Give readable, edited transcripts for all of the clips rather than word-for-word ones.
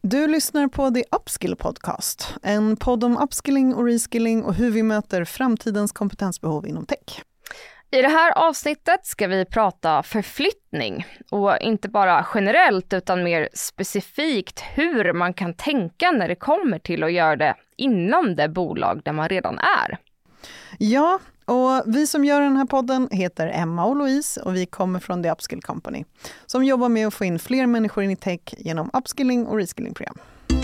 Du lyssnar på The Upskill Podcast, en podd om upskilling och reskilling och hur vi möter framtidens kompetensbehov inom tech. I det här avsnittet ska vi prata förflyttning och inte bara generellt utan mer specifikt hur man kan tänka när det kommer till att göra det inom det bolag där man redan är. Ja, och vi som gör den här podden heter Emma och Louise och vi kommer från The Upskill Company som jobbar med att få in fler människor in i tech genom upskilling och reskilling-program.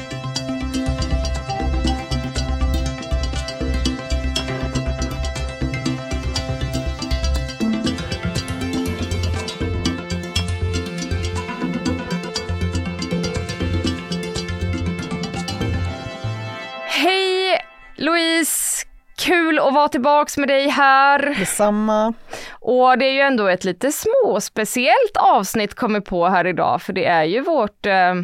Hej Louise! Kul att vara tillbaks med dig här. Detsamma. Och det är ju ändå ett lite speciellt avsnitt kommer på här idag. För det är ju vårt 10:e!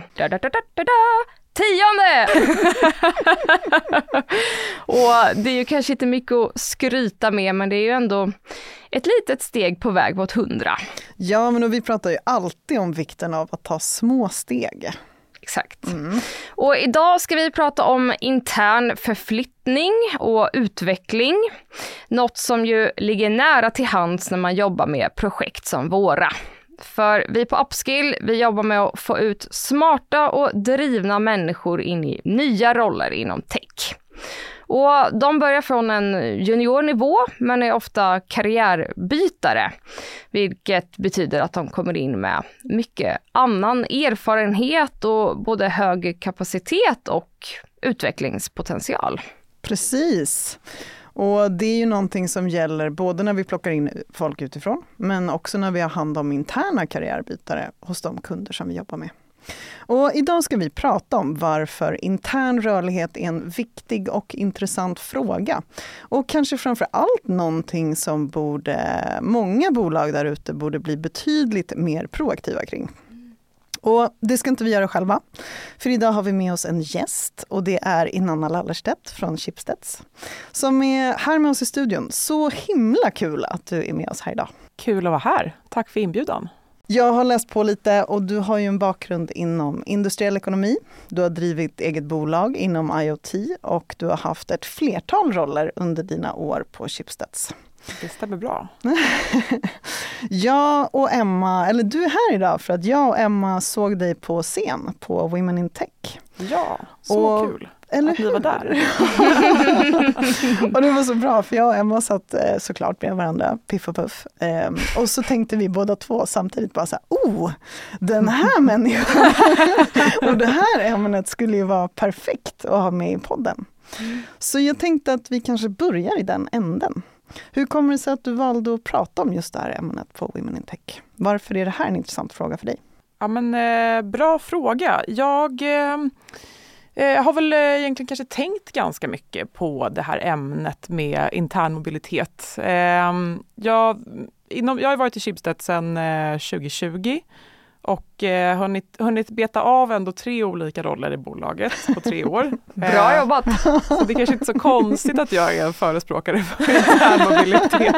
Och det är ju kanske inte mycket att skryta med, men det är ju ändå ett litet steg på väg mot 100. Ja, men vi pratar ju alltid om vikten av att ta små steg. Exakt. Och idag ska vi prata om intern förflyttning och utveckling. Något som ju ligger nära till hands när man jobbar med projekt som våra. För vi på Upskill, vi jobbar med att få ut smarta och drivna människor in i nya roller inom tech. Och de börjar från en juniornivå men är ofta karriärbytare, vilket betyder att de kommer in med mycket annan erfarenhet och både hög kapacitet och utvecklingspotential. Precis. Och det är ju någonting som gäller både när vi plockar in folk utifrån men också när vi har hand om interna karriärbytare hos de kunder som vi jobbar med. Och idag ska vi prata om varför intern rörlighet är en viktig och intressant fråga. Och kanske framför allt någonting som många bolag där ute borde bli betydligt mer proaktiva kring. Och det ska inte vi göra själva. För idag har vi med oss en gäst och det är Inanna Lallerstedt från Schibsteds som är här med oss i studion. Så himla kul att du är med oss här idag. Kul att vara här. Tack för inbjudan. Jag har läst på lite och du har ju en bakgrund inom industriell ekonomi. Du har drivit eget bolag inom IoT och du har haft ett flertal roller under dina år på Schibsteds. Det stämmer bra. Jag och Emma, eller du är här idag för att jag och Emma såg dig på scen på Women in Tech. Ja, så kul. Eller att ni var där. Och det var så bra för jag och Emma satt såklart med varandra, piff och puff. Och så tänkte vi båda två samtidigt bara så här, den här människan och det här ämnet skulle ju vara perfekt att ha med i podden. Så jag tänkte att vi kanske börjar i den änden. Hur kommer det sig att du valde att prata om just det här ämnet på Women in Tech? Varför är det här en intressant fråga för dig? Ja men bra fråga. Jag har väl egentligen kanske tänkt ganska mycket på det här ämnet med intern mobilitet. Jag har varit i Schibsteds sedan 2020 och hunnit beta av ändå 3 olika roller i bolaget på 3 år. Bra jobbat! Så det är kanske inte så konstigt att jag är en förespråkare för intern mobilitet.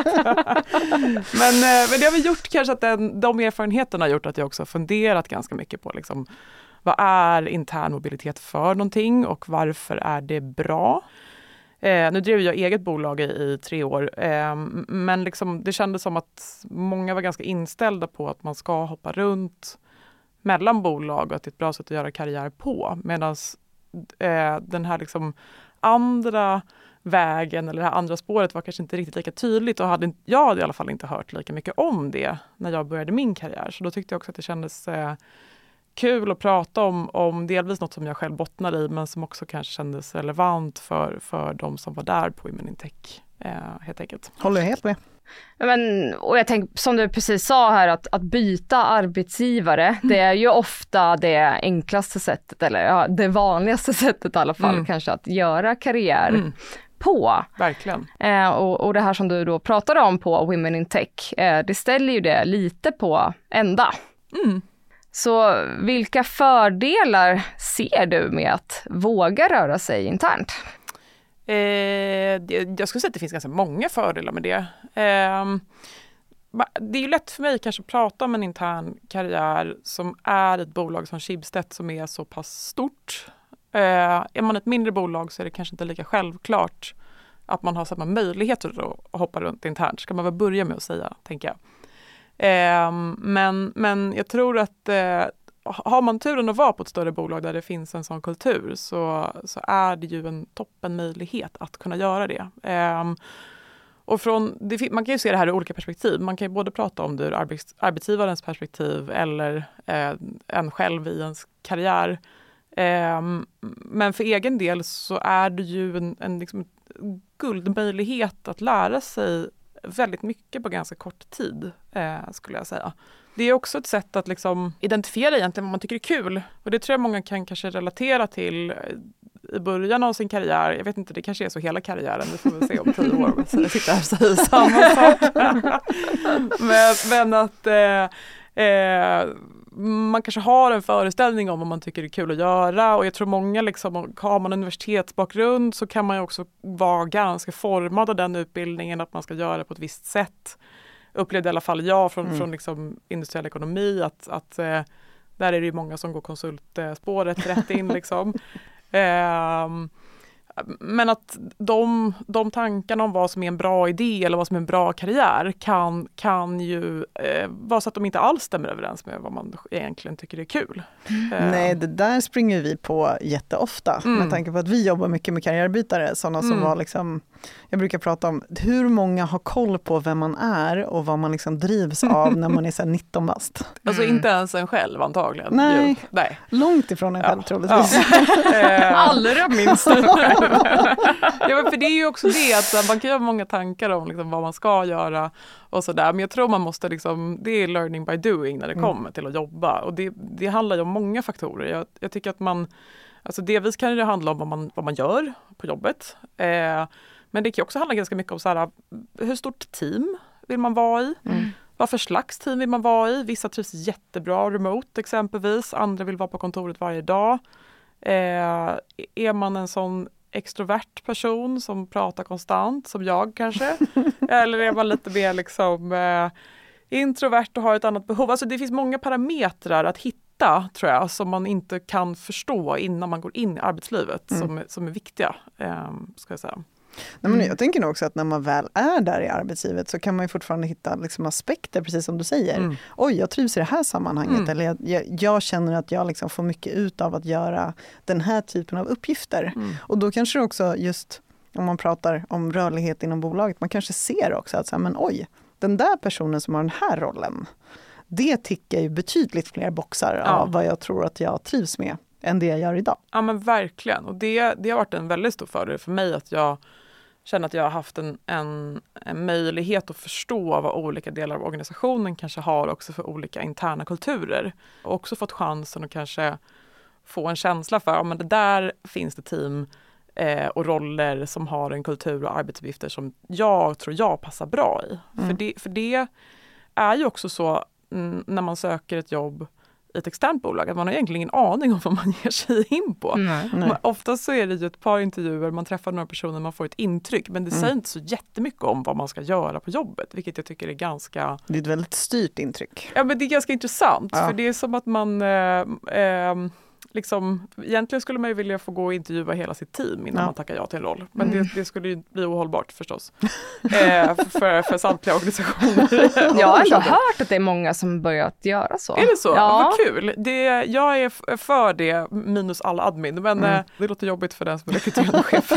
Men det har väl gjort kanske att de erfarenheterna har gjort att jag också har funderat ganska mycket på liksom, vad är intern mobilitet för någonting och varför är det bra? Nu drev jag eget bolag i 3 år, men liksom, det kändes som att många var ganska inställda på att man ska hoppa runt mellan bolag och att det är ett bra sätt att göra karriär på. Medan den här liksom andra vägen eller det här andra spåret var kanske inte riktigt lika tydligt och jag hade i alla fall inte hört lika mycket om det när jag började min karriär. Så då tyckte jag också att det kändes kul att prata om delvis något som jag själv bottnar i men som också kanske kändes relevant för de som var där på Women in Tech helt enkelt. Håller jag helt med. Och jag tänker, som du precis sa här, att byta arbetsgivare, det är ju ofta det enklaste sättet, eller det vanligaste sättet i alla fall, kanske att göra karriär på. Verkligen. Och det här som du då pratade om på Women in Tech, det ställer ju det lite på ända. Så vilka fördelar ser du med att våga röra sig internt? Jag skulle säga att det finns ganska många fördelar med det. det är ju lätt för mig kanske att prata om en intern karriär som är ett bolag som Schibsted som är så pass stort. Är man ett mindre bolag så är det kanske inte lika självklart att man har samma möjligheter att hoppa runt internt. Ska man väl börja med att säga, tänker jag. Men jag tror att har man turen att vara på ett större bolag där det finns en sån kultur så är det ju en toppen möjlighet att kunna göra det. Och man kan ju se det här i olika perspektiv. Man kan ju både prata om det ur arbetsgivarens perspektiv eller en själv i ens karriär. Men för egen del så är det ju en liksom guldmöjlighet att lära sig väldigt mycket på ganska kort tid, skulle jag säga. Det är också ett sätt att liksom identifiera egentligen vad man tycker är kul. Och det tror jag många kan kanske relatera till i början av sin karriär. Jag vet inte, det kanske är så hela karriären. Det får vi se om 10 år. Jag sitter här och säger samma sak. men att man kanske har en föreställning om vad man tycker är kul att göra. Och jag tror många, liksom, har man universitetsbakgrund så kan man ju också vara ganska formad av den utbildningen att man ska göra det på ett visst sätt. Upplevde i alla fall jag från liksom industriell ekonomi att där är det ju många som går konsultspåret rätt in liksom. Men att de tankarna om vad som är en bra idé eller vad som är en bra karriär kan ju vara så att de inte alls stämmer överens med vad man egentligen tycker är kul. Nej, det där springer vi på jätteofta med tanke på att vi jobbar mycket med karriärbytare. Sådana som var liksom, jag brukar prata om hur många har koll på vem man är och vad man liksom drivs av när man är så här 19 bast. Alltså inte ens en själv antagligen. Nej, Nej. Långt ifrån en själv troligtvis. Allra minst en själv. Ja, men för det är ju också det att man kan ha många tankar om liksom vad man ska göra och sådär. Men jag tror man måste liksom, det är learning by doing när det kommer till att jobba. Och det handlar ju om många faktorer. Jag tycker att alltså delvis kan det handla om vad man gör på jobbet. Men det kan också handla ganska mycket om så här, hur stort team vill man vara i? Vad för slags team vill man vara i? Vissa trivs jättebra remote exempelvis. Andra vill vara på kontoret varje dag. Är man en sån extrovert person som pratar konstant, som jag kanske? Eller är man lite mer liksom introvert och har ett annat behov? Alltså det finns många parametrar att hitta, tror jag, som man inte kan förstå innan man går in i arbetslivet som är viktiga, ska jag säga. Nej, men jag tänker nog också att när man väl är där i arbetslivet så kan man ju fortfarande hitta liksom aspekter, precis som du säger. Oj, jag trivs i det här sammanhanget. Eller jag känner att jag liksom får mycket ut av att göra den här typen av uppgifter. Och då kanske det också, just om man pratar om rörlighet inom bolaget, man kanske ser också att så här, men oj, den där personen som har den här rollen, det tickar ju betydligt fler boxar av vad jag tror att jag trivs med än det jag gör idag. Ja, men verkligen. Och det har varit en väldigt stor fördel för mig att jag känner att jag har haft en möjlighet att förstå vad olika delar av organisationen kanske har också för olika interna kulturer. Och också fått chansen att kanske få en känsla för, men det där finns det team och roller som har en kultur och arbetsuppgifter som jag tror jag passar bra i. För det är ju också så när man söker ett jobb i ett externt bolag, att man har egentligen ingen aning om vad man ger sig in på. Nej. Oftast så är det ju ett par intervjuer, man träffar några personer, man får ett intryck, men det säger inte så jättemycket om vad man ska göra på jobbet, vilket jag tycker är ganska... Det är ett väldigt styrt intryck. Ja, men det är ganska intressant, för det är som att man... liksom, egentligen skulle man ju vilja få gå och intervjua hela sitt team innan man tackar ja till en roll. Men det skulle ju bli ohållbart förstås. för samtliga organisationer. Jag har ändå hört att det är många som börjat göra så. Är det så? Ja. Vad kul. Jag är för det, minus all admin. Men det låter jobbigt för den som är rekryterande chef.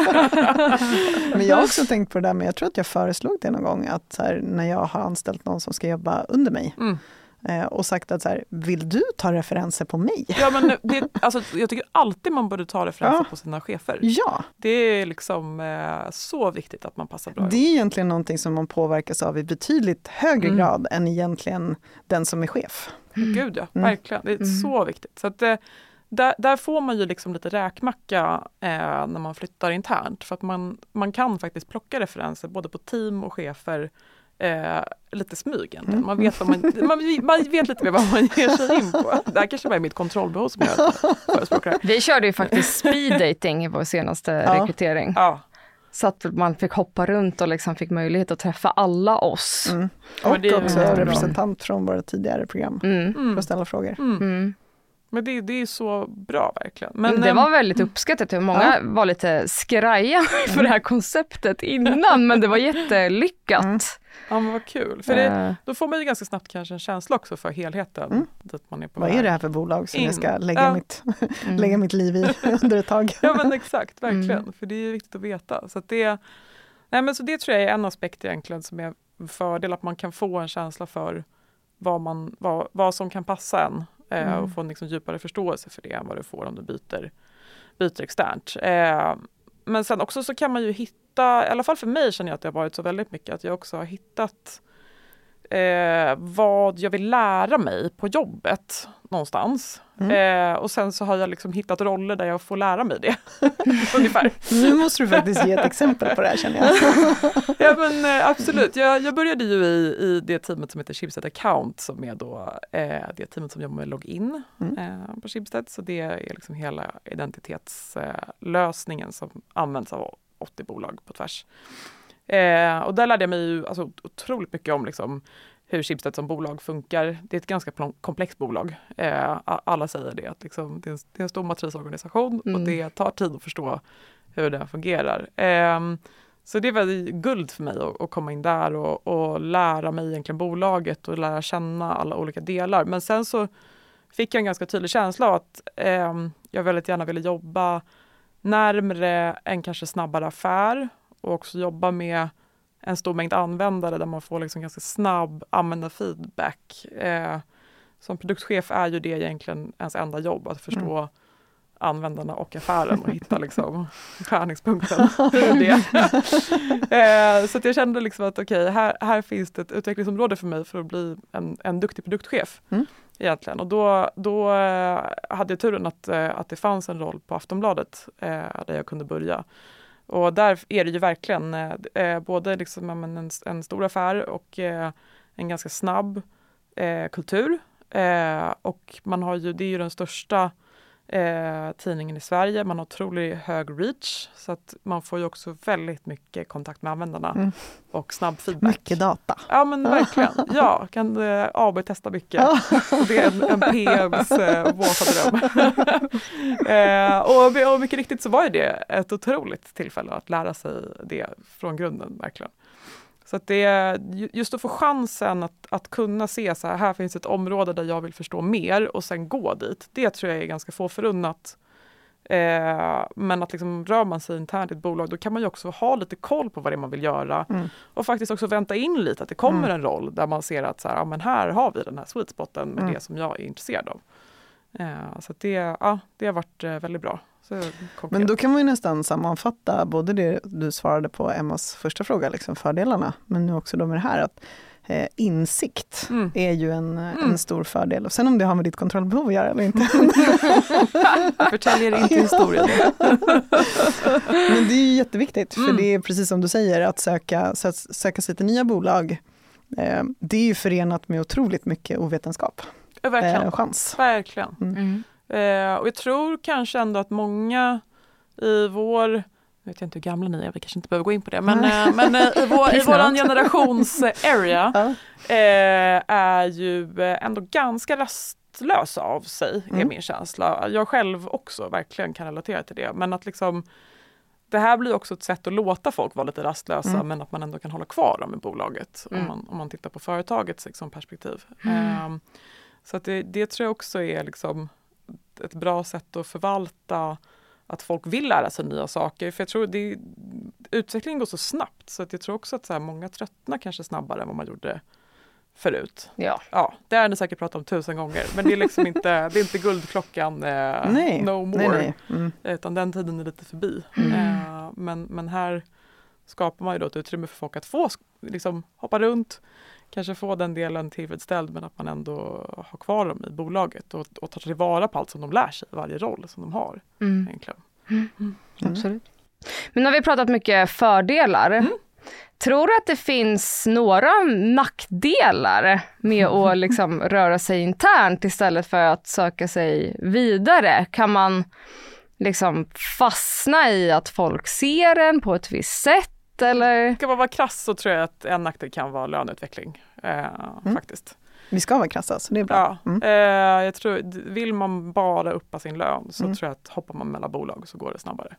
Men jag har också tänkt på det där, men jag tror att jag föreslog det någon gång, att så här, när jag har anställt någon som ska jobba under mig, och sagt att så här, vill du ta referenser på mig? Ja, men jag tycker alltid man borde ta referenser på sina chefer. Ja. Det är liksom så viktigt att man passar bra. Det är egentligen någonting som man påverkas av i betydligt högre grad än egentligen den som är chef. Gud ja, verkligen. Det är så viktigt. Så att, där får man ju liksom lite räkmacka när man flyttar internt. För att man kan faktiskt plocka referenser både på team och chefer lite smygen. Man vet lite mer vad man ger sig in på. Det här kanske var mitt kontrollbehov som jag förespråkar. Vi körde ju faktiskt speed dating i vår senaste rekrytering. Ja. Så att man fick hoppa runt och liksom fick möjlighet att träffa alla oss. Och det också en representant från våra tidigare program för att ställa frågor. Men det är så bra verkligen. Men det var väldigt uppskattat. Många var lite skraja för det här konceptet innan, men det var jättelyckat. Ja, men vad kul. För då får man ju ganska snabbt kanske en känsla också för helheten. Dit man är på vad är det här för bolag som jag ska lägga mitt liv i under ett tag? Ja, men exakt, verkligen. För det är ju viktigt att veta. Så att så det tror jag är en aspekt egentligen som är en fördel, att man kan få en känsla för vad som kan passa en. Och få en liksom djupare förståelse för det än vad du får om du byter externt. Men sen också så kan man ju hitta, i alla fall för mig känner jag att det har varit så väldigt mycket, att jag också har hittat vad jag vill lära mig på jobbet någonstans. Och sen så har jag liksom hittat roller där jag får lära mig det. Ungefär. Nu måste du faktiskt ge ett exempel på det här, känner jag. Ja, men absolut. Jag började ju i det teamet som heter Schibsted Account, som är då det teamet som jobbar med login på Schibsted. Så det är liksom hela identitetslösningen som används av 80 bolag på tvärs. Och där lärde jag mig ju alltså otroligt mycket om liksom hur Schibsted som bolag funkar. Det är ett ganska komplext bolag. Alla säger det, att liksom, det är en stor matrisorganisation och det tar tid att förstå hur den fungerar. Så det är väldigt guld för mig att komma in där och lära mig egentligen bolaget och lära känna alla olika delar. Men sen så fick jag en ganska tydlig känsla av att jag väldigt gärna ville jobba närmare en kanske snabbare affär och också jobba med en stor mängd användare där man får liksom ganska snabb användarfeedback. Som produktchef är ju det egentligen ens enda jobb, att förstå användarna och affären och hitta liksom skärningspunkten. Så att jag kände liksom att okej, här finns det ett utvecklingsområde för mig för att bli en duktig produktchef egentligen. Och då hade jag turen att det fanns en roll på Aftonbladet där jag kunde börja. Och där är det ju verkligen både liksom en stor affär och en ganska snabb kultur. Och man har ju, det är ju den största tidningen i Sverige. Man har otroligt hög reach, så att man får ju också väldigt mycket kontakt med användarna och snabb feedback. Mycket data. Ja, men verkligen. Ja, kan AB-testa mycket. Det är en PMs våta dröm. Och mycket riktigt så var det ett otroligt tillfälle att lära sig det från grunden, verkligen. Så att det är just att få chansen att kunna se så här finns ett område där jag vill förstå mer och sen gå dit. Det tror jag är ganska få förunnat. Men att liksom rör man sig internt i ett bolag, då kan man ju också ha lite koll på vad det är man vill göra. Och faktiskt också vänta in lite att det kommer en roll där man ser att så här, ja, men här har vi den här sweet spoten med det som jag är intresserad av. Så att det har varit väldigt bra. Men då kan man ju nästan sammanfatta både det du svarade på Emmas första fråga, liksom fördelarna, men nu också då med det här att insikt är ju en stor fördel. Och sen om det har med ditt kontrollbehov att göra eller inte. Förtäljer inte historien. Men det är ju jätteviktigt, för det är precis som du säger, att söka sig till nya bolag. Det är ju förenat med otroligt mycket ovetenskap. Verkligen. Chans. Verkligen. Och jag tror kanske ändå att många i vår, jag vet inte hur gamla ni är, vi kanske inte behöver gå in på det, men i vår generations area är ju ändå ganska rastlösa av sig, är min känsla. Jag själv också verkligen kan relatera till det, men att liksom det här blir också ett sätt att låta folk vara lite rastlösa, men att man ändå kan hålla kvar dem i bolaget om man tittar på företagets liksom, perspektiv. Så att det tror jag också är liksom ett bra sätt att förvalta att folk vill lära sig nya saker. För jag tror utvecklingen går så snabbt, så att jag tror också att så här, många tröttnar kanske snabbare än vad man gjorde förut. Ja, det har ni säkert pratat om 1000 gånger, men det är liksom inte, det är inte guldklockan no more. Nej. Utan den tiden är lite förbi. Men här skapar man ju då ett utrymme för folk att få liksom, hoppa runt, kanske få den delen tillfredsställd, men att man ändå har kvar dem i bolaget och tar tillvara på allt som de lär sig i varje roll som de har. Egentligen. Absolut. Men när vi pratat mycket fördelar, tror du att det finns några nackdelar med att liksom röra sig internt istället för att söka sig vidare? Kan man liksom fastna i att folk ser en på ett visst sätt? Eller? Ska man vara krass så tror jag att en nackdel kan vara löneutveckling faktiskt. Vi ska vara krassa, så det är bra. Ja, jag tror, vill man bara uppa sin lön så tror jag att hoppar man mellan bolag så går det snabbare.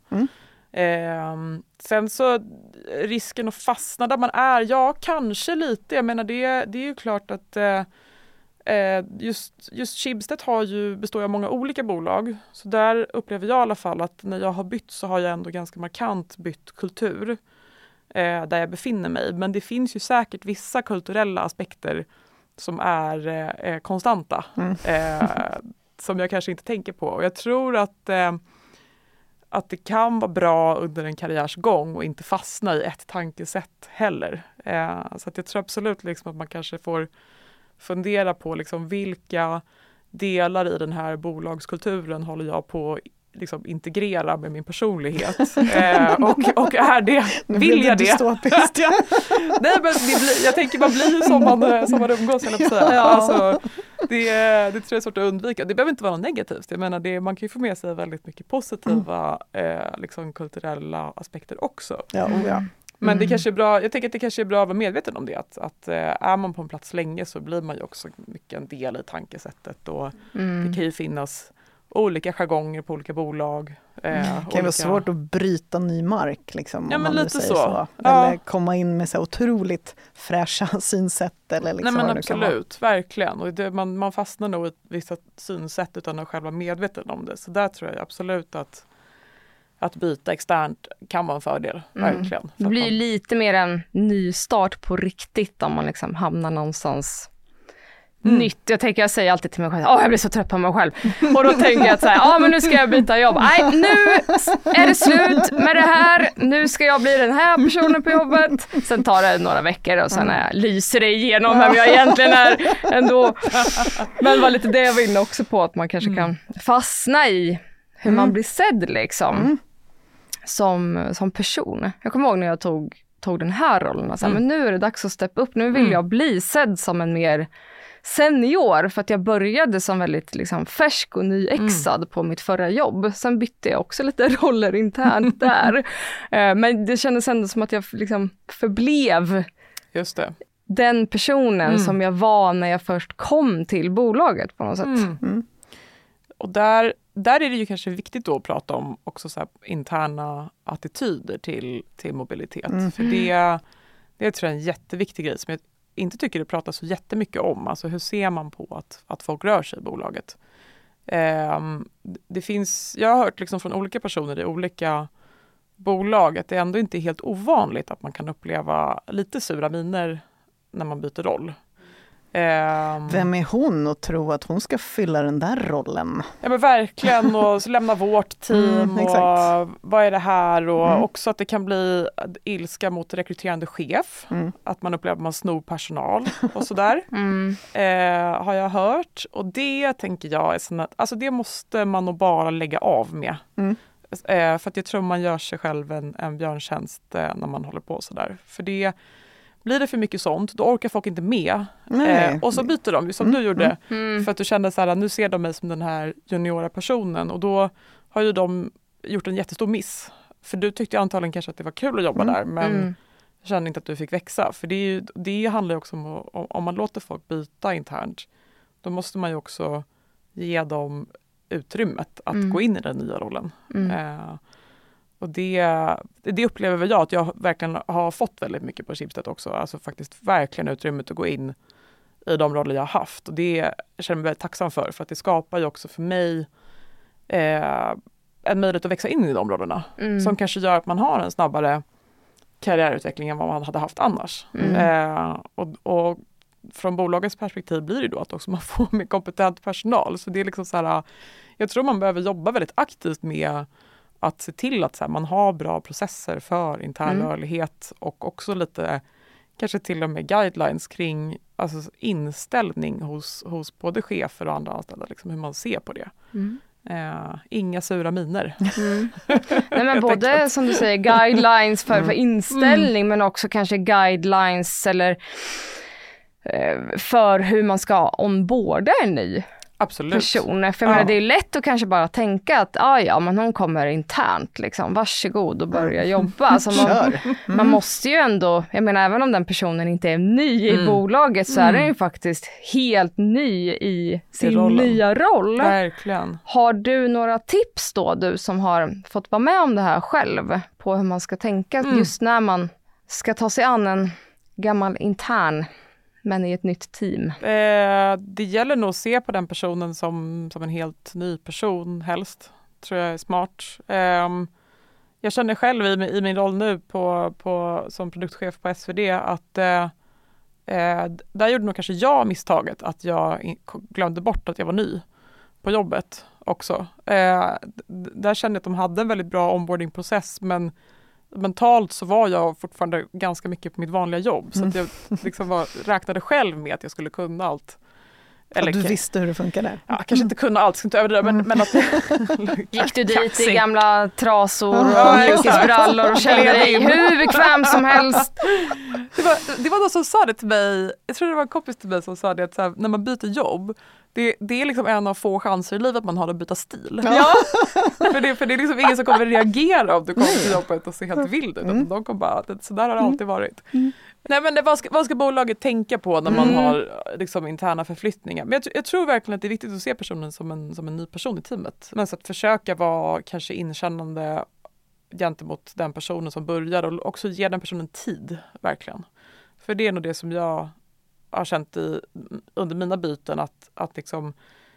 Sen så risken att fastna där man är, ja kanske lite. Jag menar det är ju klart att just Schibsted består av många olika bolag. Så där upplever jag i alla fall att när jag har bytt så har jag ändå ganska markant bytt kultur där jag befinner mig. Men det finns ju säkert vissa kulturella aspekter som är konstanta. Som jag kanske inte tänker på. Och jag tror att det kan vara bra under en karriärsgång och inte fastna i ett tankesätt heller. Så att jag tror absolut liksom att man kanske får fundera på liksom vilka delar i den här bolagskulturen håller jag på att liksom integrera med min personlighet. Och är det, vill jag det? Nej, men jag tänker man blir som man umgås, eller på säga. Alltså, det tror jag är svårt att undvika. Det behöver inte vara något negativt. Jag menar, man kan ju få med sig väldigt mycket positiva liksom kulturella aspekter också. Men det kanske är bra, jag tänker att det kanske är bra att vara medveten om det. Att är man på en plats länge så blir man ju också mycket en del i tankesättet. Och det kan ju finnas olika jargonger på olika bolag. Det kan vara svårt att bryta ny mark. Liksom, ja, men lite så. Eller komma in med så otroligt fräscha synsätt. Eller liksom. Nej, men absolut, verkligen. Och man fastnar nog i vissa synsätt utan att själv vara medveten om det. Så där tror jag absolut att byta externt kan vara en fördel, verkligen. Det blir ju lite mer en ny start på riktigt om man liksom hamnar någonstans nytt. Jag säger alltid till mig själv, jag blir så trött på mig själv. Och då tänker jag att så här, men nu ska jag byta jobb. Nej, nu är det slut med det här. Nu ska jag bli den här personen på jobbet. Sen tar det några veckor och sen lyser det igenom vem jag egentligen är ändå. Men det var lite det jag var inne också på, att man kanske kan fastna i hur man blir sedd liksom. Som person. Jag kommer ihåg när jag tog den här rollen. Alltså, men nu är det dags att steppa upp. Nu vill jag bli sedd som en mer senior. För att jag började som väldigt liksom, färsk och nyexad på mitt förra jobb. Sen bytte jag också lite roller internt där. Men det kändes ändå som att jag liksom förblev just det. Den personen som jag var när jag först kom till bolaget på något sätt. Och där är det ju kanske viktigt då att prata om också så här interna attityder till mobilitet. För det tror jag är en jätteviktig grej som jag inte tycker det pratas så jättemycket om. Alltså hur ser man på att folk rör sig i bolaget? Jag har hört liksom från olika personer i olika bolag att det ändå inte är helt ovanligt att man kan uppleva lite sura miner när man byter roll. Vem är hon och tro att hon ska fylla den där rollen? Ja, men verkligen, och så lämna vårt team och vad är det här, och också att det kan bli ilska mot rekryterande chef, att man upplever att man snor personal och sådär har jag hört, och det tänker jag är sån att, alltså det måste man nog bara lägga av med. För att jag tror man gör sig själv en björntjänst när man håller på sådär, för det blir det för mycket sånt, då orkar folk inte med. Och så byter de, som du gjorde. För att du kände så här, nu ser de mig som den här juniora personen. Och då har ju de gjort en jättestor miss. För du tyckte antagligen kanske att det var kul att jobba där. Men jag kände inte att du fick växa. För det handlar ju också om man låter folk byta internt. Då måste man ju också ge dem utrymmet att gå in i den nya rollen. Och det upplever jag att jag verkligen har fått väldigt mycket på Schibsted också. Alltså faktiskt verkligen utrymmet att gå in i de roller jag har haft. Och det känner jag mig väldigt tacksam för att det skapar ju också för mig en möjlighet att växa in i de rollerna. Som kanske gör att man har en snabbare karriärutveckling än vad man hade haft annars. Och från bolagets perspektiv blir det då att också man får mer kompetent personal. Så det är liksom så här, jag tror man behöver jobba väldigt aktivt med att se till att så här, man har bra processer för intern rörlighet, och också lite kanske till och med guidelines kring alltså inställning hos både chefer och andra anställda, liksom hur man ser på det. Inga sura miner. Nej, men både som du säger guidelines för inställning, men också kanske guidelines eller för hur man ska onboarda en ny Absolut. personer. För jag menar, det är lätt att kanske bara tänka att men hon kommer internt, liksom, varsågod och börja jobba. Alltså man måste ju ändå, jag menar även om den personen inte är ny i bolaget så är den ju faktiskt helt ny i sin nya roll. Verkligen. Har du några tips då, du som har fått vara med om det här själv, på hur man ska tänka just när man ska ta sig an en gammal intern men i ett nytt team? Det gäller nog att se på den personen som en helt ny person helst. Tror jag är smart. Jag känner själv i min roll nu som produktchef på SvD att där gjorde nog kanske jag misstaget att jag glömde bort att jag var ny på jobbet också. Där kände jag att de hade en väldigt bra onboardingprocess, men mentalt så var jag fortfarande ganska mycket på mitt vanliga jobb. Så att jag liksom räknade själv med att jag skulle kunna allt. Eller, du visste hur det funkade? Ja, kanske inte kunna allt, inte över det, men att... Gick du dit i gamla trasor och mjukisbrallor och kände dig hur bekväm som helst? Det var någon som sa det till mig, jag tror det var en kompis till mig som sa det, att så här, när man byter jobb, det är liksom en av få chanser i livet man har att byta stil. Ja. för det är liksom ingen som kommer reagera om du kommer till jobbet och ser helt vild ut. De kommer bara, så där har det alltid varit. Nej, men vad ska bolaget tänka på när man har liksom interna förflyttningar? Men jag tror verkligen att det är viktigt att se personen som en ny person i teamet. Men så att försöka vara kanske inkännande gentemot den personen som börjar och också ge den personen tid, verkligen. För det är nog det som jag har känt under mina byten, att liksom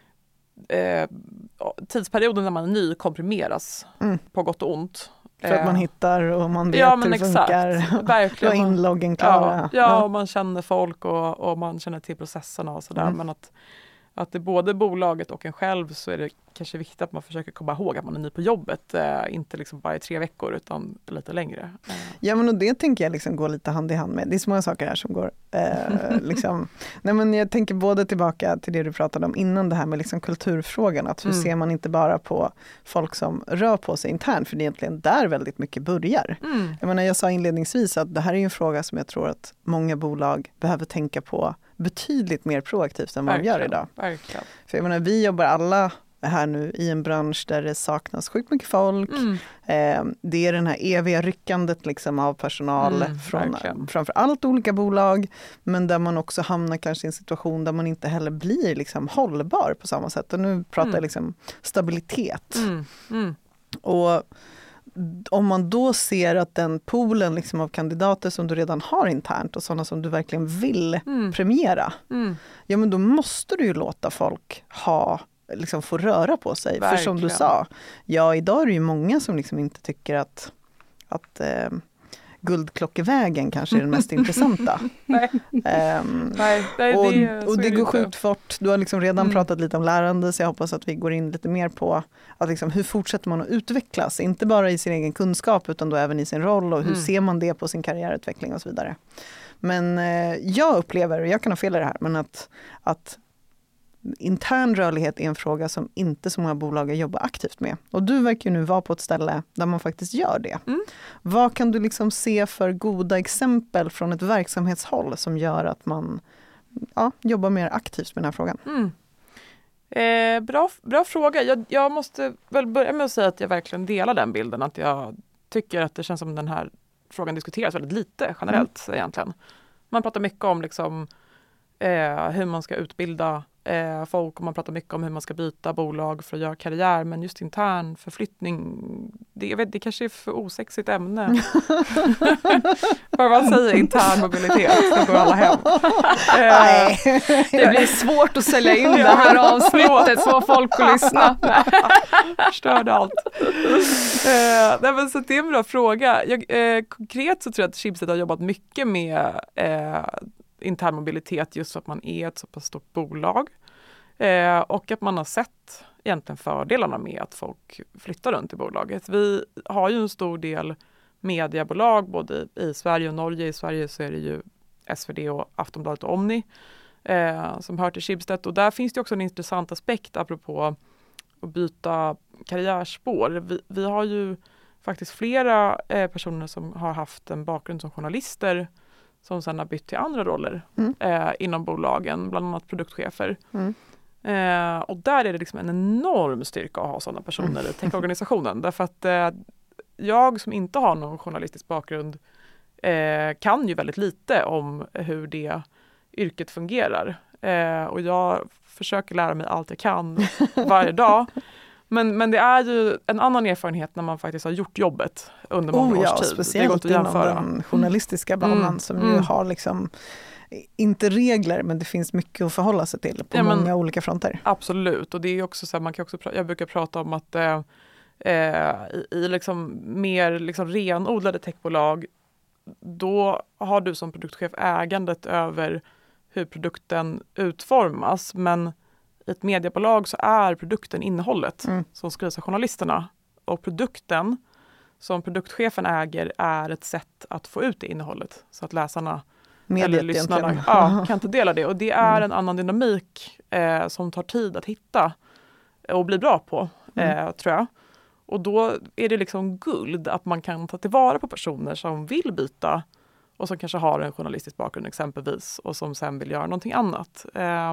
tidsperioden när man är ny komprimeras på gott och ont. För att man hittar och man vet hur det funkar. Verkligen. Och inloggen klara. Ja, och man känner folk och man känner till processerna och sådär. Men att det både bolaget och en själv, så är det kanske viktigt att man försöker komma ihåg att man är ny på jobbet. Inte liksom bara i 3 veckor utan lite längre. Ja, men och det tänker jag liksom går lite hand i hand med. Det är så många saker här som går liksom. Nej, men jag tänker både tillbaka till det du pratade om innan, det här med liksom kulturfrågan. Att hur ser man inte bara på folk som rör på sig internt, för det är egentligen där väldigt mycket börjar. Jag menar, jag sa inledningsvis att det här är en fråga som jag tror att många bolag behöver tänka på betydligt mer proaktivt än vad de gör idag. Verkligen. För jag menar, vi jobbar alla här nu i en bransch där det saknas sjukt mycket folk. Det är den här eviga ryckandet liksom av personal från framför allt olika bolag, men där man också hamnar kanske i en situation där man inte heller blir liksom hållbar på samma sätt. Och nu pratar jag liksom stabilitet. Och om man då ser att den poolen liksom av kandidater som du redan har internt och sådana som du verkligen vill premiera, ja, men då måste du ju låta folk liksom få röra på sig. Verkligen. För som du sa, idag är det ju många som liksom inte tycker att Guldklockevägen kanske är den mest intressanta. Och det går sjukt fort. Du har liksom redan pratat lite om lärande, så jag hoppas att vi går in lite mer på att liksom, hur fortsätter man att utvecklas? Inte bara i sin egen kunskap utan då även i sin roll, och hur ser man det på sin karriärutveckling och så vidare. Men jag upplever, och jag kan ha fel i det här, men att intern rörlighet är en fråga som inte så många bolag jobbar aktivt med. Och du verkar ju nu vara på ett ställe där man faktiskt gör det. Vad kan du liksom se för goda exempel från ett verksamhetshåll som gör att man jobbar mer aktivt med den här frågan? Bra fråga. Jag måste väl börja med att säga att jag verkligen delar den bilden. Att jag tycker att det känns som den här frågan diskuteras väldigt lite generellt egentligen. Man pratar mycket om liksom, hur man ska utbilda folk, och man pratar mycket om hur man ska byta bolag för att göra karriär, men just intern förflyttning, det kanske är för osexigt ämne. Vad man säger intern mobilitet, så går alla hem. Det blir svårt att sälja in det här avsnittet så folk får lyssna. Förstörde allt. Nej, men så det är en bra fråga. Konkret så tror jag att Schibsted har jobbat mycket med intern mobilitet, just för att man är ett så pass stort bolag. Och att man har sett egentligen fördelarna med att folk flyttar runt i bolaget. Vi har ju en stor del mediebolag både i Sverige och Norge. I Sverige så är det ju SvD och Aftonbladet och Omni som hör till Schibsted. Och där finns det också en intressant aspekt apropå att byta karriärspår. Vi har ju faktiskt flera personer som har haft en bakgrund som journalister som sedan har bytt till andra roller inom bolagen, bland annat produktchefer. Och där är det liksom en enorm styrka att ha sådana personer i techorganisationen. Därför att jag som inte har någon journalistisk bakgrund kan ju väldigt lite om hur det yrket fungerar. Och jag försöker lära mig allt jag kan varje dag. Men det är ju en annan erfarenhet när man faktiskt har gjort jobbet under många års tid. Speciellt det inom den journalistiska banan som ju har liksom, inte regler, men det finns mycket att förhålla sig till på många olika fronter. Absolut, och det är också så här, jag brukar prata om att i liksom mer liksom renodlade techbolag, då har du som produktchef ägandet över hur produkten utformas, men i ett mediebolag så är produkten innehållet som skrivs av journalisterna. Och produkten som produktchefen äger är ett sätt att få ut det innehållet. Så att läsarna eller lyssnarna kan ta del av det. Och det är en annan dynamik som tar tid att hitta och bli bra på, tror jag. Och då är det liksom guld att man kan ta tillvara på personer som vill byta och som kanske har en journalistisk bakgrund exempelvis och som sen vill göra någonting annat.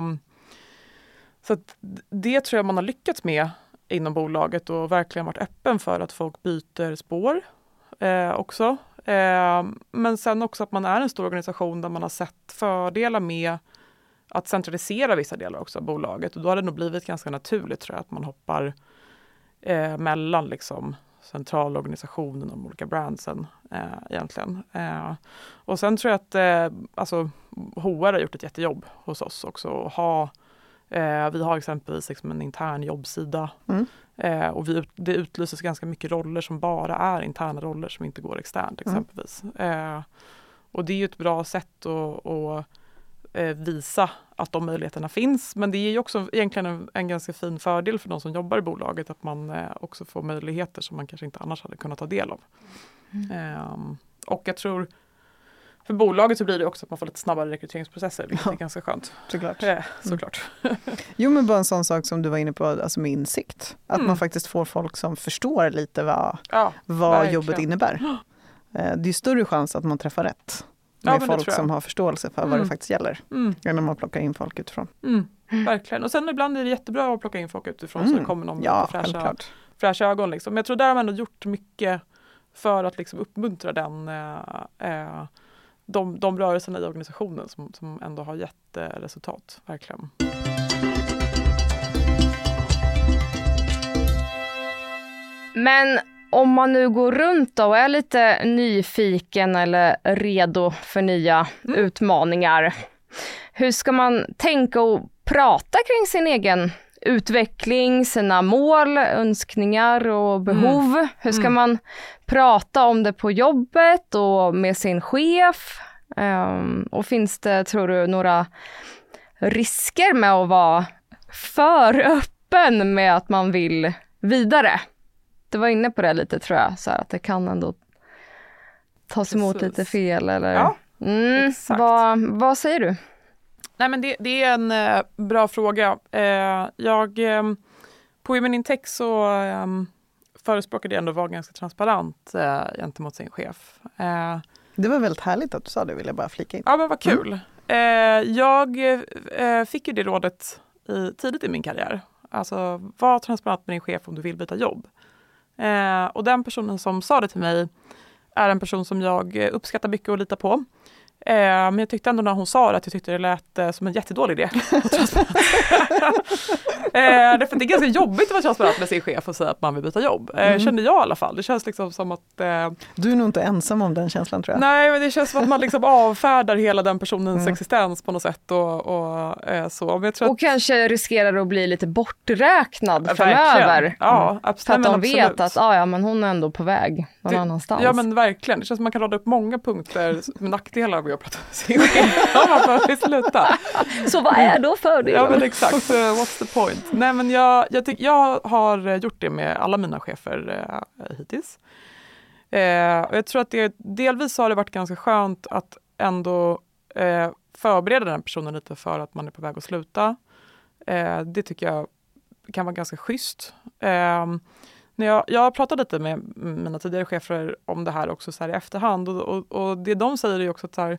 Så att det tror jag man har lyckats med inom bolaget och verkligen varit öppen för att folk byter spår också. Men sen också att man är en stor organisation där man har sett fördelar med att centralisera vissa delar också av bolaget. Och då har det nog blivit ganska naturligt, tror jag, att man hoppar mellan liksom centralorganisationen och de olika brandsen egentligen. Och sen tror jag att HR har gjort ett jättejobb hos oss också. Vi har exempelvis liksom en intern jobbsida och det utlyses ganska mycket roller som bara är interna roller som inte går externt exempelvis. Och det är ju ett bra sätt att visa att de möjligheterna finns, men det är ju också egentligen en ganska fin fördel för de som jobbar i bolaget att man också får möjligheter som man kanske inte annars hade kunnat ta del av. Och jag tror för bolaget så blir det också att man får lite snabbare rekryteringsprocesser, vilket är ganska skönt. Såklart. Jo, men bara en sån sak som du var inne på, alltså med insikt. Att man faktiskt får folk som förstår lite vad jobbet innebär. Det är ju större chans att man träffar rätt med folk som har förståelse för vad det faktiskt gäller. Än när man plockar in folk utifrån. Verkligen. Och sen ibland är det jättebra att plocka in folk utifrån så det kommer någon med fräscha ögon. Liksom. Men jag tror där har man ändå gjort mycket för att liksom uppmuntra de rörelserna i organisationen som ändå har gett resultat, verkligen. Men om man nu går runt och är lite nyfiken eller redo för nya utmaningar, hur ska man tänka och prata kring sin egen utveckling, sina mål, önskningar och behov? Hur ska man prata om det på jobbet och med sin chef? Och finns det, tror du, några risker med att vara för öppen med att man vill vidare? Du var inne på det lite, tror jag, så här, att det kan ändå tas emot lite fel. Eller? Ja, exakt. Vad säger du? Nej, men det är en bra fråga. På Women Tech så förespråkade jag ändå vara ganska transparent gentemot sin chef. Det var väldigt härligt att du sa det, vill jag bara flika in. Ja, men vad kul. Jag fick ju det rådet tidigt i min karriär. Alltså, var transparent med din chef om du vill byta jobb. Och den personen som sa det till mig är en person som jag uppskattar mycket och litar på. Men jag tyckte ändå när hon sa det att jag tyckte det lät som en jättedålig idé. Därför det är ganska jobbigt att vara transparent med sin chef och säga att man vill byta jobb. Kände jag i alla fall. Det känns liksom som att... Du är nog inte ensam om den känslan, tror jag. Nej, men det känns som att man liksom avfärdar hela den personens existens på något sätt. Och så. Men jag tror och kanske riskerar att bli lite borträknad framöver. Ja, absolut. För att de vet att men hon är ändå på väg någon annanstans. Ja, men verkligen. Det känns som att man kan rada upp många punkter med nackdelar med att prata med sin chef. Ja, man får sluta. Så vad är då fördelen? Ja, men exakt. What's the point? Nej, men jag har gjort det med alla mina chefer hittills. Och jag tror att delvis har det varit ganska skönt att ändå förbereda den personen lite för att man är på väg att sluta. Det tycker jag kan vara ganska schysst. När jag pratade lite med mina tidigare chefer om det här också så här i efterhand och det de säger är också att så här,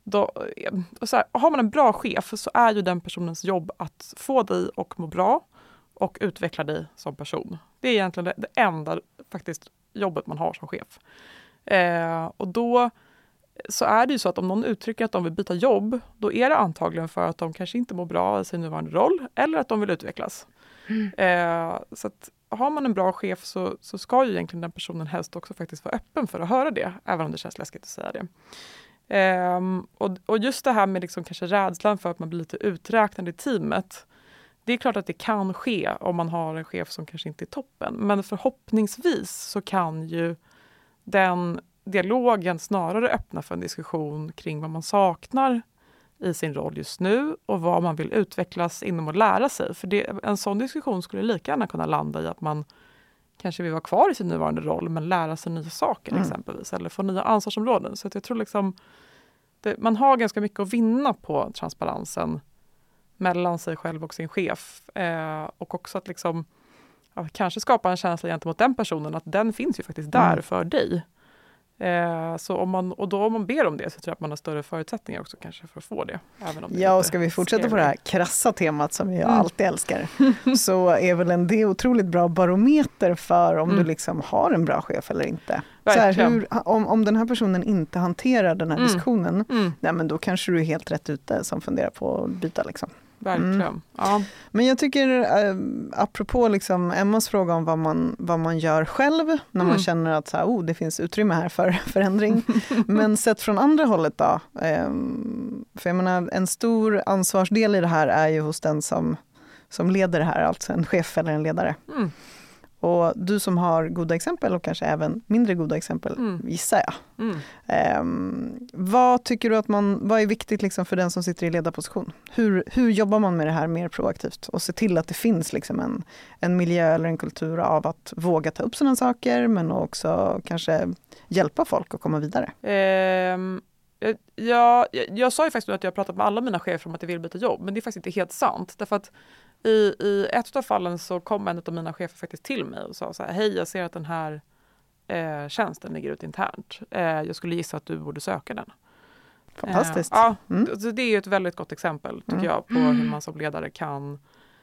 så här, har man en bra chef så är ju den personens jobb att få dig att må bra och utveckla dig som person. Det är egentligen det enda faktiskt jobbet man har som chef. Och då så är det ju så att om någon uttrycker att de vill byta jobb, då är det antagligen för att de kanske inte mår bra i sin nuvarande roll eller att de vill utvecklas. Så att har man en bra chef så ska ju egentligen den personen helst också faktiskt vara öppen för att höra det, även om det känns läskigt att säga det. Och just det här med liksom kanske rädslan för att man blir lite uträknad i teamet, det är klart att det kan ske om man har en chef som kanske inte är toppen. Men förhoppningsvis så kan ju den dialogen snarare öppna för en diskussion kring vad man saknar i sin roll just nu och vad man vill utvecklas inom och lära sig. För en sån diskussion skulle lika gärna kunna landa i att man kanske vill vara kvar i sin nuvarande roll men lära sig nya saker exempelvis, eller få nya ansvarsområden. Så att jag tror liksom man har ganska mycket att vinna på transparensen mellan sig själv och sin chef. Och också att liksom, kanske skapa en känsla gentemot den personen att den finns ju faktiskt där för dig. Så om man ber om det så tror jag att man har större förutsättningar också kanske för att få det. Även om det och ska vi fortsätta på det här krassa temat som jag alltid älskar, så är väl det otroligt bra barometer för om du liksom har en bra chef eller inte. Så här, om den här personen inte hanterar den här diskussionen, men då kanske du är helt rätt ute som funderar på att byta liksom. Verkligen. Ja. Men jag tycker, apropå liksom Emmas fråga om vad man gör själv när man känner att så här, det finns utrymme här för förändring. Men sett från andra hållet då, för jag menar, en stor ansvarsdel i det här är ju hos den som leder det här, alltså en chef eller en ledare. Och du som har goda exempel och kanske även mindre goda exempel, gissar jag. Vad tycker du vad är viktigt liksom för den som sitter i ledarposition? Hur jobbar man med det här mer proaktivt och se till att det finns liksom en miljö eller en kultur av att våga ta upp sådana saker, men också kanske hjälpa folk att komma vidare? Jag sa ju faktiskt att jag har pratat med alla mina chefer om att jag vill byta jobb, men det är faktiskt inte helt sant. Därför att i ett av fallen så kom en av mina chefer faktiskt till mig och sa så här: hej, jag ser att den här tjänsten ligger ut internt. Jag skulle gissa att du borde söka den. Fantastiskt. Så det är ju ett väldigt gott exempel tycker jag på hur man som ledare kan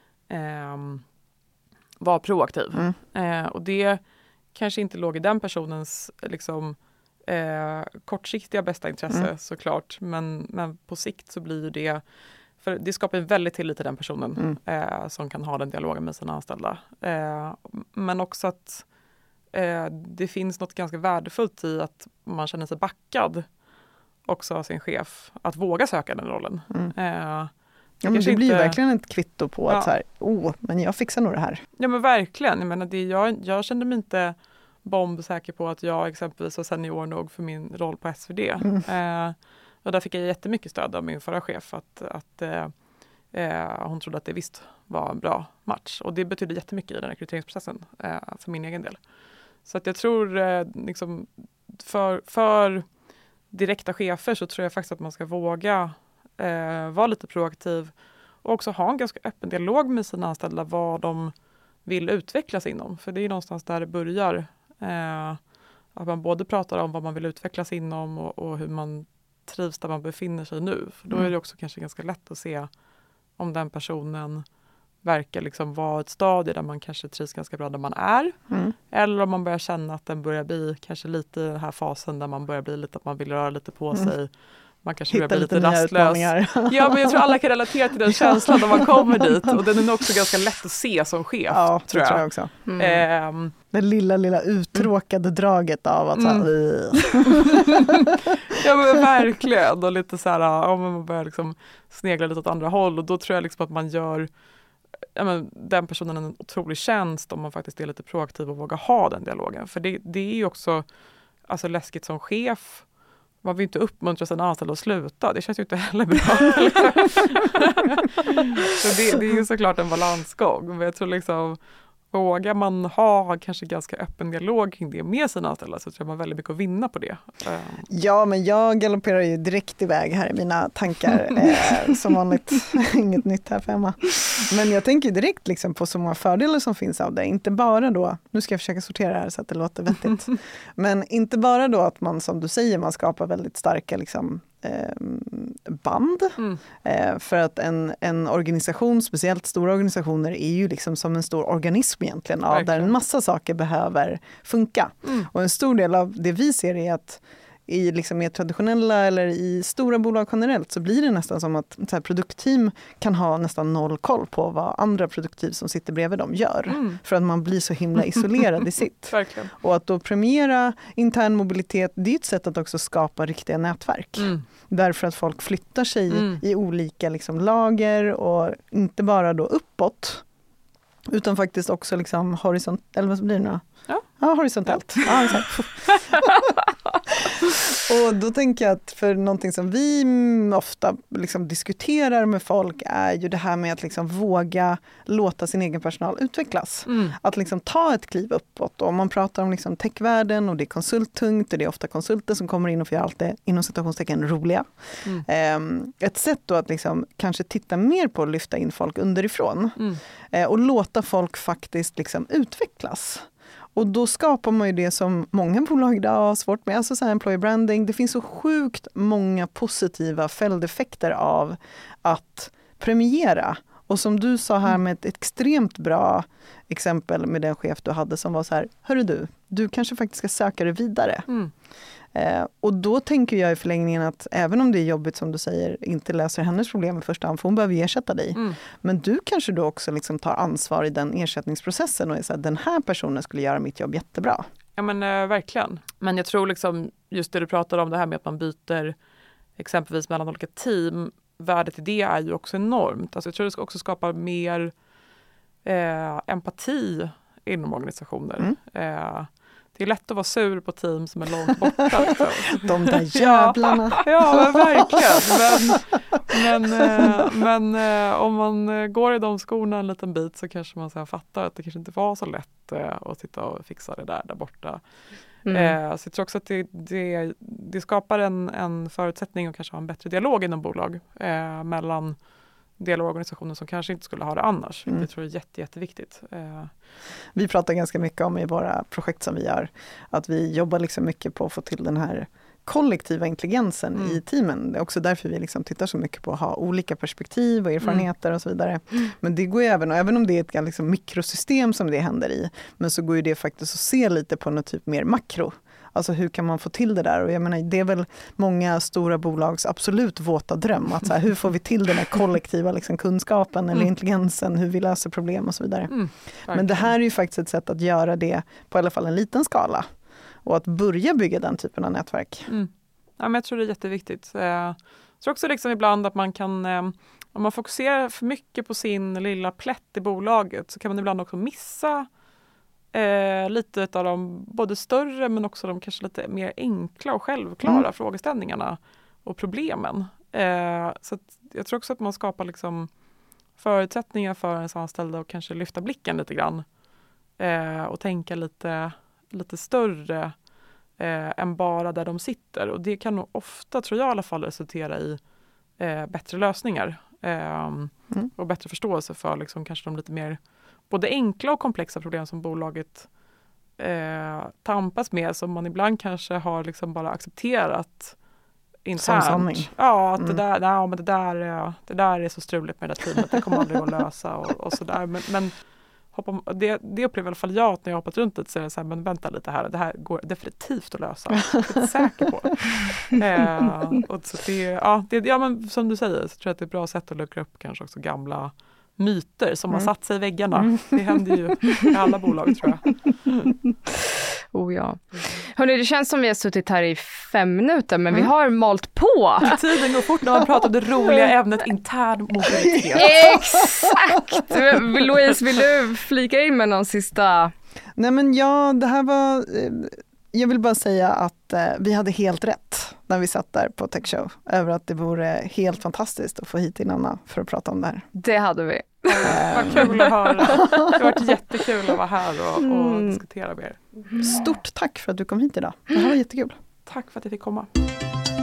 vara proaktiv. Och det kanske inte låg i den personens liksom, kortsiktiga bästa intresse såklart, men på sikt så blir det, för det skapar en väldigt tillit till den personen som kan ha den dialogen med sina anställda. Men också att det finns något ganska värdefullt i att man känner sig backad också av sin chef, att våga söka den rollen. Ja, men det blir ju verkligen ett kvitto på att så här, men jag fixar nog det här. Ja, men verkligen. Jag menar, jag kände mig inte bombsäker på att jag exempelvis var senior nog för min roll på SvD. Och där fick jag jättemycket stöd av min förra chef att hon trodde att det visst var en bra match. Och det betydde jättemycket i den rekryteringsprocessen för min egen del. Så att jag tror liksom, för direkta chefer så tror jag faktiskt att man ska våga vara lite proaktiv och också ha en ganska öppen dialog med sina anställda vad de vill utvecklas inom. För det är någonstans där det börjar. Att man både pratar om vad man vill utvecklas inom och hur man trivs där man befinner sig nu. För då är det också kanske ganska lätt att se om den personen verkar liksom vara ett stadie där man kanske trivs ganska bra där man är. Eller om man börjar känna att den börjar bli kanske lite i den här fasen där man börjar bli lite att man vill röra lite på sig. Man kanske börjar bli lite rastlös. Ja, men jag tror alla kan relatera till den känslan när man kommer dit. Och den är också ganska lätt att se som chef. Ja, tror jag också. Det lilla uttråkade draget av att Ja, men verkligen. Och lite så här, om man börjar liksom snegla lite åt andra håll. Och då tror jag liksom att man gör den personen en otrolig tjänst om man faktiskt är lite proaktiv och vågar ha den dialogen. För det är ju också alltså, läskigt som chef. Man vill inte uppmuntra sina anställda att sluta. Det känns ju inte heller bra. Så det är ju såklart en balansgång. Men jag tror liksom, vågar man ha kanske ganska öppen dialog kring det med sina anställda så tror jag man väldigt mycket att vinna på det. Ja, men jag galopperar ju direkt iväg här i mina tankar. Som vanligt, inget nytt här för Emma. Men jag tänker direkt liksom på så många fördelar som finns av det. Inte bara då, nu ska jag försöka sortera det här så att det låter vettigt. Men inte bara då att man, som du säger, man skapar väldigt starka liksom, band. För att en organisation, speciellt stora organisationer, är ju liksom som en stor organism egentligen, där en massa saker behöver funka. Och en stor del av det vi ser är att i liksom mer traditionella eller i stora bolag generellt så blir det nästan som att så här, produktteam kan ha nästan noll koll på vad andra produktteam som sitter bredvid dem gör. För att man blir så himla isolerad i sitt. Verkligen. Och att då premiera intern mobilitet, det är ett sätt att också skapa riktiga nätverk. Därför att folk flyttar sig i olika liksom, lager och inte bara då uppåt utan faktiskt också liksom horisont, eller vad blir det nu? Ja, horisontellt. Ja, exakt. Och då tänker jag att för någonting som vi ofta liksom diskuterar med folk är ju det här med att liksom våga låta sin egen personal utvecklas. Att liksom ta ett kliv uppåt. Och om man pratar om liksom techvärlden och det är konsulttungt och det är ofta konsulter som kommer in och får göra allt det inom citationstecken roliga. Ett sätt då att liksom kanske titta mer på att lyfta in folk underifrån. Och låta folk faktiskt liksom utvecklas. Och då skapar man ju det som många bolag idag har svårt med, alltså så här employer branding. Det finns så sjukt många positiva följdeffekter av att premiera. Och som du sa här med ett extremt bra exempel med den chef du hade som var så här, hörru du kanske faktiskt ska söka dig vidare. Och då tänker jag i förlängningen att även om det är jobbigt som du säger, inte löser hennes problem i första hand, för hon behöver ersätta dig. Men du kanske då också liksom tar ansvar i den ersättningsprocessen och är så här, den här personen skulle göra mitt jobb jättebra. Ja men verkligen. Men jag tror liksom just det du pratar om, det här med att man byter exempelvis mellan olika team, värdet i det är ju också enormt. Alltså jag tror det ska också skapa mer empati inom organisationer. Det är lätt att vara sur på team som är långt borta. Liksom. De där jävlarna. Ja, men verkligen. Men om man går i de skorna en liten bit så kanske man sen fattar att det kanske inte var så lätt att sitta och fixa det där borta. Så jag tror också att det skapar en förutsättning och kanske ha en bättre dialog inom bolag mellan del av organisationen som kanske inte skulle ha det annars. Det tror jag är jätteviktigt. Vi pratar ganska mycket om i våra projekt som vi gör, att vi jobbar liksom mycket på att få till den här kollektiva intelligensen i teamen. Det är också därför vi liksom tittar så mycket på att ha olika perspektiv och erfarenheter och så vidare. Men det går ju även om det är ett liksom mikrosystem som det händer i, men så går ju det faktiskt att se lite på något typ mer makro. Alltså hur kan man få till det där? Och jag menar, det är väl många stora bolags absolut våta dröm. Att så här, hur får vi till den här kollektiva liksom, kunskapen eller intelligensen? Hur vi löser problem och så vidare. Men det här är ju faktiskt ett sätt att göra det på i alla fall en liten skala. Och att börja bygga den typen av nätverk. Ja, men jag tror det är jätteviktigt. Jag tror också liksom ibland att man kan, om man fokuserar för mycket på sin lilla plätt i bolaget så kan man ibland också missa lite av de både större men också de kanske lite mer enkla och självklara frågeställningarna och problemen. Så att jag tror också att man skapar liksom förutsättningar för ens anställda och kanske lyfta blicken lite grann och tänka lite större än bara där de sitter. Och det kan nog ofta, tror jag i alla fall, resultera i bättre lösningar och bättre förståelse för liksom kanske de lite mer både enkla och komplexa problem som bolaget tampas med, som man ibland kanske har liksom bara accepterat internt. Som sanning. Ja, att det där är så struligt med det där teamet, det kommer aldrig att lösa och sådär. Men det upplever i alla fall jag att när jag hoppat runt det så är det så här, men vänta lite här, det här går definitivt att lösa. Jag är inte säker på det. Och så men som du säger så tror jag att det är ett bra sätt att luckra upp kanske också gamla myter som har satt sig i väggarna. Det händer ju i alla bolag tror jag. Oh ja. Hörrni, det känns som vi har suttit här i 5 minuter men vi har malt på. Tiden går fort när man pratar om det roliga ämnet intern mobilitet. Exakt! Louise, vill du flika in med någon sista? Nej men det här var... Jag vill bara säga att vi hade helt rätt när vi satt där på Tech Show. Över att det vore helt fantastiskt att få hit in Anna för att prata om det här. Det hade vi. Vad kul att höra. Det har varit jättekul att vara här och diskutera med er. Stort tack för att du kom hit idag. Det här var jättekul. Tack för att jag fick komma.